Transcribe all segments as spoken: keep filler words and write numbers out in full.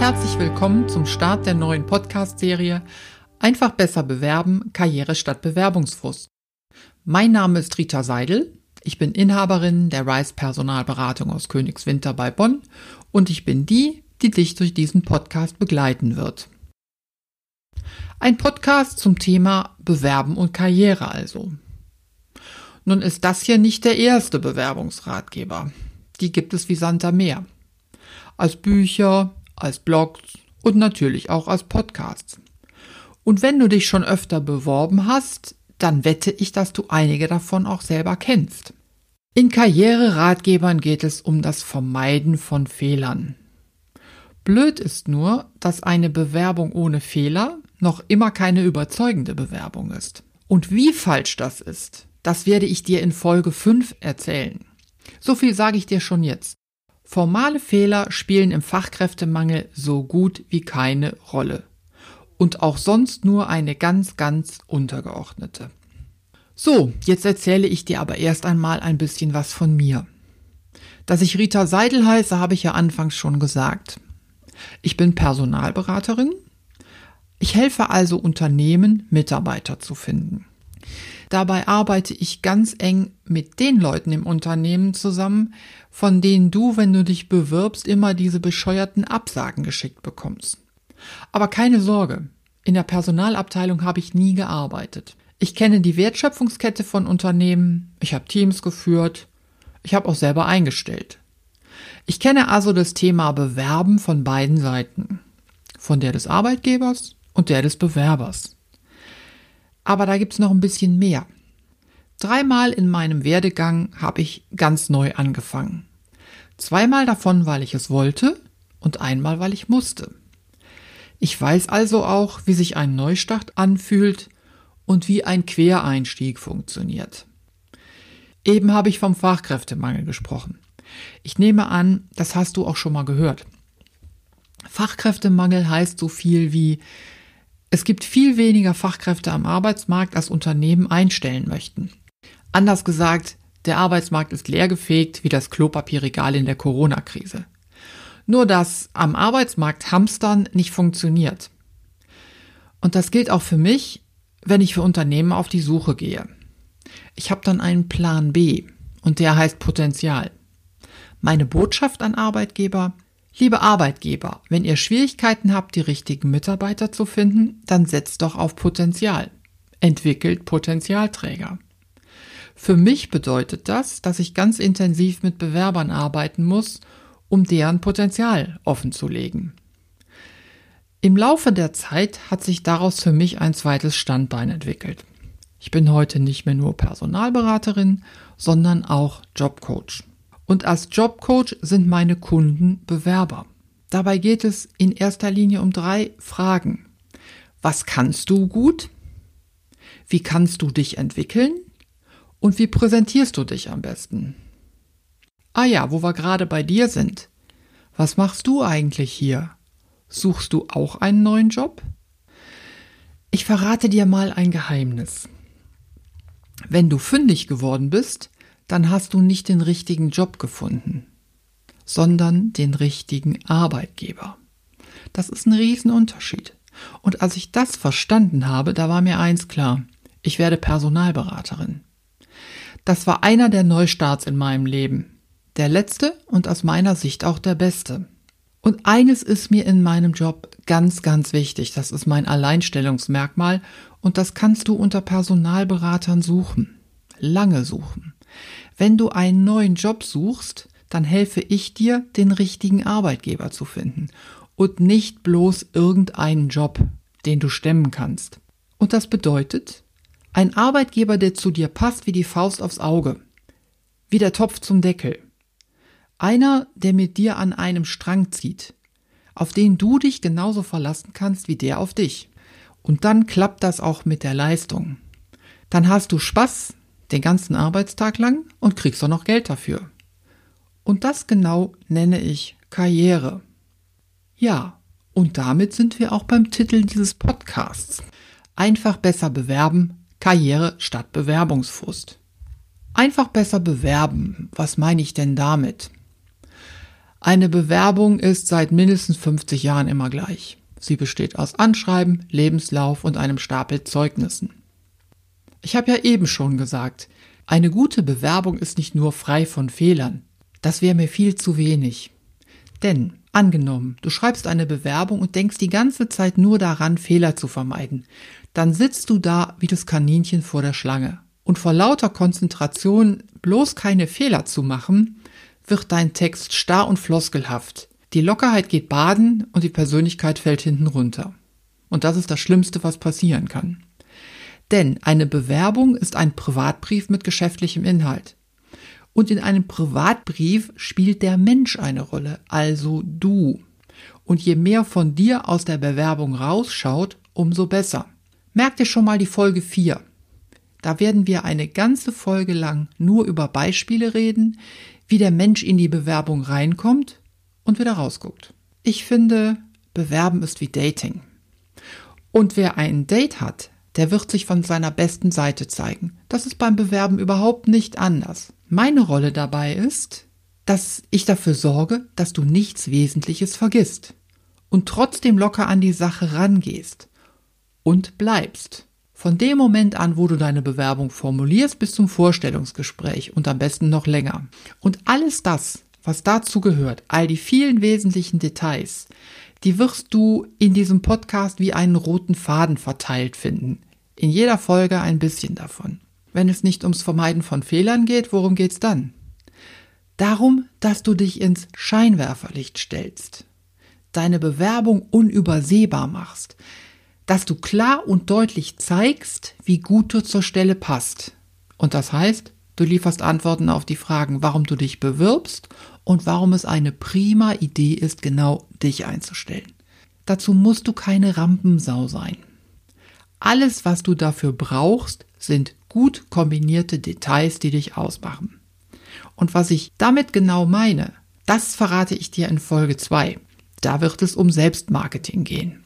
herzlich willkommen zum Start der neuen Podcast-Serie Einfach besser bewerben, Karriere statt Bewerbungsfrust. Mein Name ist Rita Seidel, ich bin Inhaberin der Rise Personalberatung aus Königswinter bei Bonn und ich bin die, die dich durch diesen Podcast begleiten wird. Ein Podcast zum Thema Bewerben und Karriere also. Nun ist das hier nicht der erste Bewerbungsratgeber. Die gibt es wie Sand am Meer. Als Bücher, als Blogs und natürlich auch als Podcasts. Und wenn du dich schon öfter beworben hast, dann wette ich, dass du einige davon auch selber kennst. In Karriereratgebern geht es um das Vermeiden von Fehlern. Blöd ist nur, dass eine Bewerbung ohne Fehler noch immer keine überzeugende Bewerbung ist. Und wie falsch das ist, das werde ich dir in Folge fünf erzählen. So viel sage ich dir schon jetzt. Formale Fehler spielen im Fachkräftemangel so gut wie keine Rolle. Und auch sonst nur eine ganz, ganz untergeordnete. So, jetzt erzähle ich dir aber erst einmal ein bisschen was von mir. Dass ich Rita Seidel heiße, habe ich ja anfangs schon gesagt. Ich bin Personalberaterin. Ich helfe also Unternehmen, Mitarbeiter zu finden. Dabei arbeite ich ganz eng mit den Leuten im Unternehmen zusammen, von denen du, wenn du dich bewirbst, immer diese bescheuerten Absagen geschickt bekommst. Aber keine Sorge, in der Personalabteilung habe ich nie gearbeitet. Ich kenne die Wertschöpfungskette von Unternehmen, ich habe Teams geführt, ich habe auch selber eingestellt. Ich kenne also das Thema Bewerben von beiden Seiten, von der des Arbeitgebers und der des Bewerbers. Aber da gibt's noch ein bisschen mehr. Dreimal in meinem Werdegang habe ich ganz neu angefangen. Zweimal davon, weil ich es wollte und einmal, weil ich musste. Ich weiß also auch, wie sich ein Neustart anfühlt und wie ein Quereinstieg funktioniert. Eben habe ich vom Fachkräftemangel gesprochen. Ich nehme an, das hast du auch schon mal gehört. Fachkräftemangel heißt so viel wie: Es gibt viel weniger Fachkräfte am Arbeitsmarkt, als Unternehmen einstellen möchten. Anders gesagt, der Arbeitsmarkt ist leergefegt wie das Klopapierregal in der Corona-Krise. Nur dass am Arbeitsmarkt Hamstern nicht funktioniert. Und das gilt auch für mich, wenn ich für Unternehmen auf die Suche gehe. Ich habe dann einen Plan B und der heißt Potenzial. Meine Botschaft an Arbeitgeber: Liebe Arbeitgeber, wenn ihr Schwierigkeiten habt, die richtigen Mitarbeiter zu finden, dann setzt doch auf Potenzial. Entwickelt Potenzialträger. Für mich bedeutet das, dass ich ganz intensiv mit Bewerbern arbeiten muss, um deren Potenzial offenzulegen. Im Laufe der Zeit hat sich daraus für mich ein zweites Standbein entwickelt. Ich bin heute nicht mehr nur Personalberaterin, sondern auch Jobcoach. Und als Jobcoach sind meine Kunden Bewerber. Dabei geht es in erster Linie um drei Fragen. Was kannst du gut? Wie kannst du dich entwickeln? Und wie präsentierst du dich am besten? Ah ja, wo wir gerade bei dir sind. Was machst du eigentlich hier? Suchst du auch einen neuen Job? Ich verrate dir mal ein Geheimnis. Wenn du fündig geworden bist, dann hast du nicht den richtigen Job gefunden, sondern den richtigen Arbeitgeber. Das ist ein Riesenunterschied. Und als ich das verstanden habe, da war mir eins klar: Ich werde Personalberaterin. Das war einer der Neustarts in meinem Leben. Der letzte und aus meiner Sicht auch der beste. Und eines ist mir in meinem Job ganz, ganz wichtig. Das ist mein Alleinstellungsmerkmal und das kannst du unter Personalberatern suchen. Lange suchen. Wenn du einen neuen Job suchst, dann helfe ich dir, den richtigen Arbeitgeber zu finden und nicht bloß irgendeinen Job, den du stemmen kannst. Und das bedeutet, ein Arbeitgeber, der zu dir passt wie die Faust aufs Auge, wie der Topf zum Deckel. Einer, der mit dir an einem Strang zieht, auf den du dich genauso verlassen kannst wie der auf dich. Und dann klappt das auch mit der Leistung. Dann hast du Spaß den ganzen Arbeitstag lang und kriegst auch noch Geld dafür. Und das genau nenne ich Karriere. Ja, und damit sind wir auch beim Titel dieses Podcasts. Einfach besser bewerben, Karriere statt Bewerbungsfrust. Einfach besser bewerben, was meine ich denn damit? Eine Bewerbung ist seit mindestens fünfzig Jahren immer gleich. Sie besteht aus Anschreiben, Lebenslauf und einem Stapel Zeugnissen. Ich habe ja eben schon gesagt, eine gute Bewerbung ist nicht nur frei von Fehlern. Das wäre mir viel zu wenig. Denn, angenommen, du schreibst eine Bewerbung und denkst die ganze Zeit nur daran, Fehler zu vermeiden, dann sitzt du da wie das Kaninchen vor der Schlange. Und vor lauter Konzentration, bloß keine Fehler zu machen, wird dein Text starr und floskelhaft. Die Lockerheit geht baden und die Persönlichkeit fällt hinten runter. Und das ist das Schlimmste, was passieren kann. Denn eine Bewerbung ist ein Privatbrief mit geschäftlichem Inhalt. Und in einem Privatbrief spielt der Mensch eine Rolle, also du. Und je mehr von dir aus der Bewerbung rausschaut, umso besser. Merk dir schon mal die Folge vier. Da werden wir eine ganze Folge lang nur über Beispiele reden, wie der Mensch in die Bewerbung reinkommt und wieder rausguckt. Ich finde, Bewerben ist wie Dating. Und wer ein Date hat, der wird sich von seiner besten Seite zeigen. Das ist beim Bewerben überhaupt nicht anders. Meine Rolle dabei ist, dass ich dafür sorge, dass du nichts Wesentliches vergisst und trotzdem locker an die Sache rangehst und bleibst. Von dem Moment an, wo du deine Bewerbung formulierst, bis zum Vorstellungsgespräch und am besten noch länger. Und alles das, was dazu gehört, all die vielen wesentlichen Details, die wirst du in diesem Podcast wie einen roten Faden verteilt finden. In jeder Folge ein bisschen davon. Wenn es nicht ums Vermeiden von Fehlern geht, worum geht's dann? Darum, dass du dich ins Scheinwerferlicht stellst, deine Bewerbung unübersehbar machst, dass du klar und deutlich zeigst, wie gut du zur Stelle passt. Und das heißt, du lieferst Antworten auf die Fragen, warum du dich bewirbst und warum es eine prima Idee ist, genau dich einzustellen. Dazu musst du keine Rampensau sein. Alles, was du dafür brauchst, sind gut kombinierte Details, die dich ausmachen. Und was ich damit genau meine, das verrate ich dir in Folge zwei. Da wird es um Selbstmarketing gehen.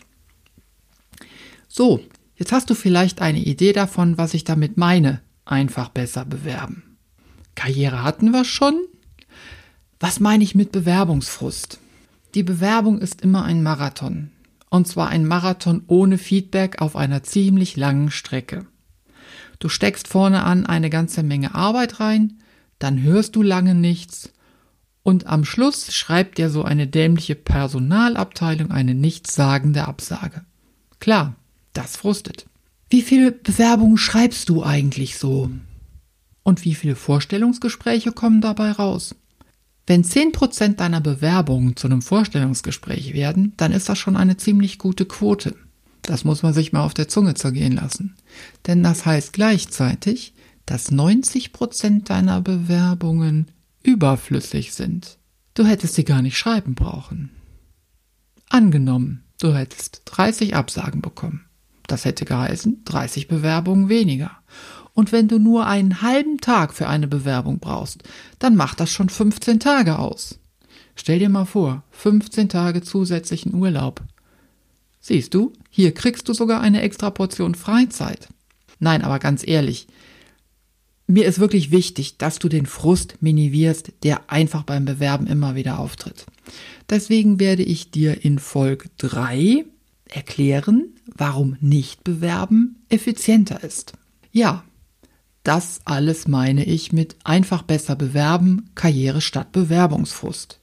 So, jetzt hast du vielleicht eine Idee davon, was ich damit meine. Einfach besser bewerben. Karriere hatten wir schon. Was meine ich mit Bewerbungsfrust? Die Bewerbung ist immer ein Marathon. Und zwar ein Marathon ohne Feedback auf einer ziemlich langen Strecke. Du steckst vorne an eine ganze Menge Arbeit rein, dann hörst du lange nichts und am Schluss schreibt dir so eine dämliche Personalabteilung eine nichtssagende Absage. Klar, das frustet. Wie viele Bewerbungen schreibst du eigentlich so? Und wie viele Vorstellungsgespräche kommen dabei raus? Wenn zehn Prozent deiner Bewerbungen zu einem Vorstellungsgespräch werden, dann ist das schon eine ziemlich gute Quote. Das muss man sich mal auf der Zunge zergehen lassen. Denn das heißt gleichzeitig, dass neunzig Prozent deiner Bewerbungen überflüssig sind. Du hättest sie gar nicht schreiben brauchen. Angenommen, du hättest dreißig Absagen bekommen. Das hätte geheißen, dreißig Bewerbungen weniger. Und wenn du nur einen halben Tag für eine Bewerbung brauchst, dann macht das schon fünfzehn Tage aus. Stell dir mal vor, fünfzehn Tage zusätzlichen Urlaub. Siehst du, hier kriegst du sogar eine extra Portion Freizeit. Nein, aber ganz ehrlich, mir ist wirklich wichtig, dass du den Frust minimierst, der einfach beim Bewerben immer wieder auftritt. Deswegen werde ich dir in Folge drei erklären, warum nicht bewerben effizienter ist. Ja, das alles meine ich mit einfach besser bewerben, Karriere statt Bewerbungsfrust.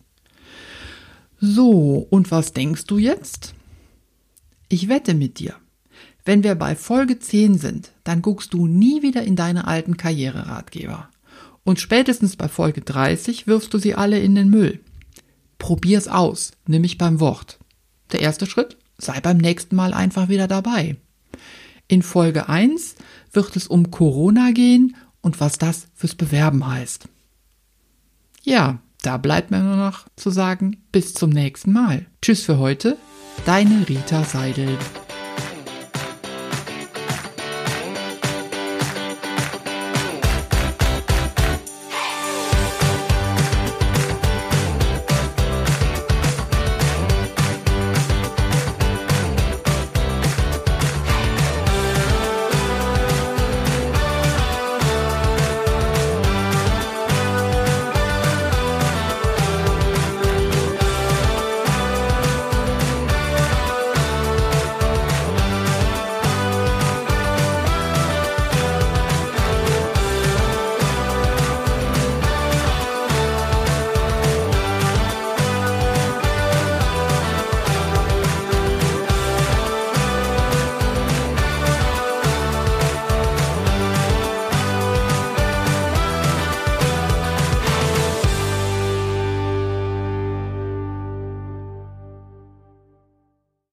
So, und was denkst du jetzt? Ich wette mit dir, wenn wir bei Folge zehn sind, dann guckst du nie wieder in deine alten Karriereratgeber. Und spätestens bei Folge dreißig wirfst du sie alle in den Müll. Probier's aus, nimm mich beim Wort. Der erste Schritt, sei beim nächsten Mal einfach wieder dabei. In Folge eins wird es um Corona gehen und was das fürs Bewerben heißt. Ja, da bleibt mir nur noch zu sagen, bis zum nächsten Mal. Tschüss für heute, deine Rita Seidel.